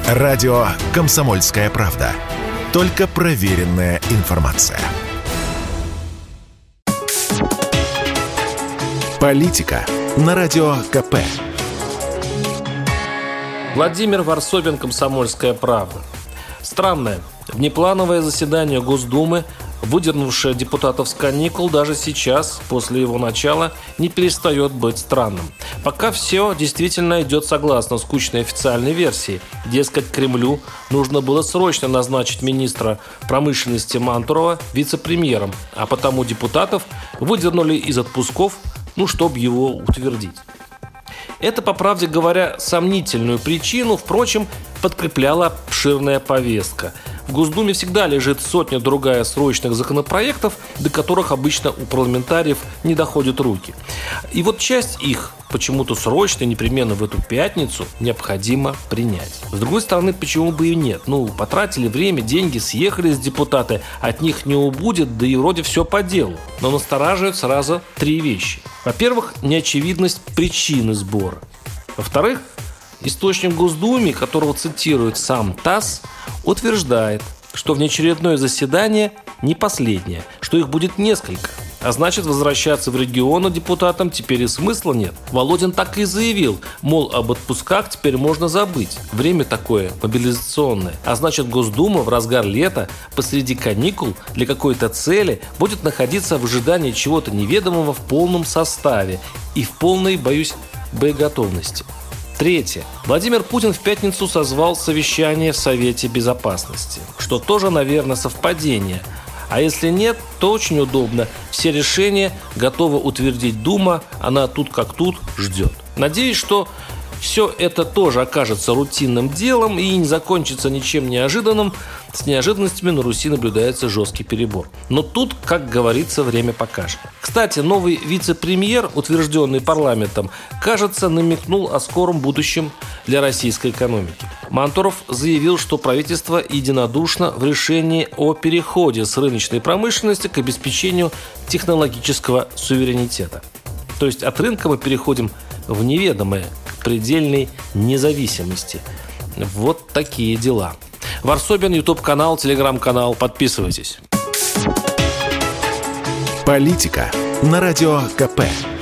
Радио «Комсомольская правда». Только проверенная информация. Политика на Радио КП. Владимир Варсобин, «Комсомольская правда». Странное, внеплановое заседание Госдумы, выдернувшее депутатов с каникул, даже сейчас, после его начала, не перестает быть странным. Пока все действительно идет согласно скучной официальной версии. Дескать, Кремлю нужно было срочно назначить министра промышленности Мантурова вице-премьером, а потому депутатов выдернули из отпусков, чтобы его утвердить. Это, по правде говоря, сомнительную причину, впрочем, подкрепляла обширная повестка. В Госдуме всегда лежит сотня-другая срочных законопроектов, до которых обычно у парламентариев не доходят руки. И вот часть их почему-то срочно, непременно в эту пятницу, необходимо принять. С другой стороны, почему бы и нет? Потратили время, деньги, съехались депутаты, от них не убудет, да и вроде все по делу. Но настораживают сразу три вещи. Во-первых, неочевидность причины сбора. Во-вторых, источник в Госдуме, которого цитирует сам ТАСС, утверждает, что внеочередное заседание не последнее, что их будет несколько. А значит, возвращаться в регионы депутатам теперь и смысла нет. Володин так и заявил, мол, об отпусках теперь можно забыть. Время такое мобилизационное. А значит, Госдума в разгар лета, посреди каникул, для какой-то цели будет находиться в ожидании чего-то неведомого в полном составе и в полной, боюсь, боеготовности. Третье. Владимир Путин в пятницу созвал совещание в Совете Безопасности, что тоже, наверное, совпадение. А если нет, то очень удобно. Все решения готова утвердить Дума, она тут как тут ждет. Надеюсь, что все это тоже окажется рутинным делом и не закончится ничем неожиданным. С неожиданностями на Руси наблюдается жесткий перебор. Но тут, как говорится, время покажет. Кстати, новый вице-премьер, утвержденный парламентом, кажется, намекнул о скором будущем для российской экономики. Мантуров заявил, что правительство единодушно в решении о переходе с рыночной промышленности к обеспечению технологического суверенитета. То есть от рынка мы переходим в неведомое, к предельной независимости. Вот такие дела. Варсобин, YouTube-канал, Telegram-канал. Подписывайтесь. Политика на Радио КП.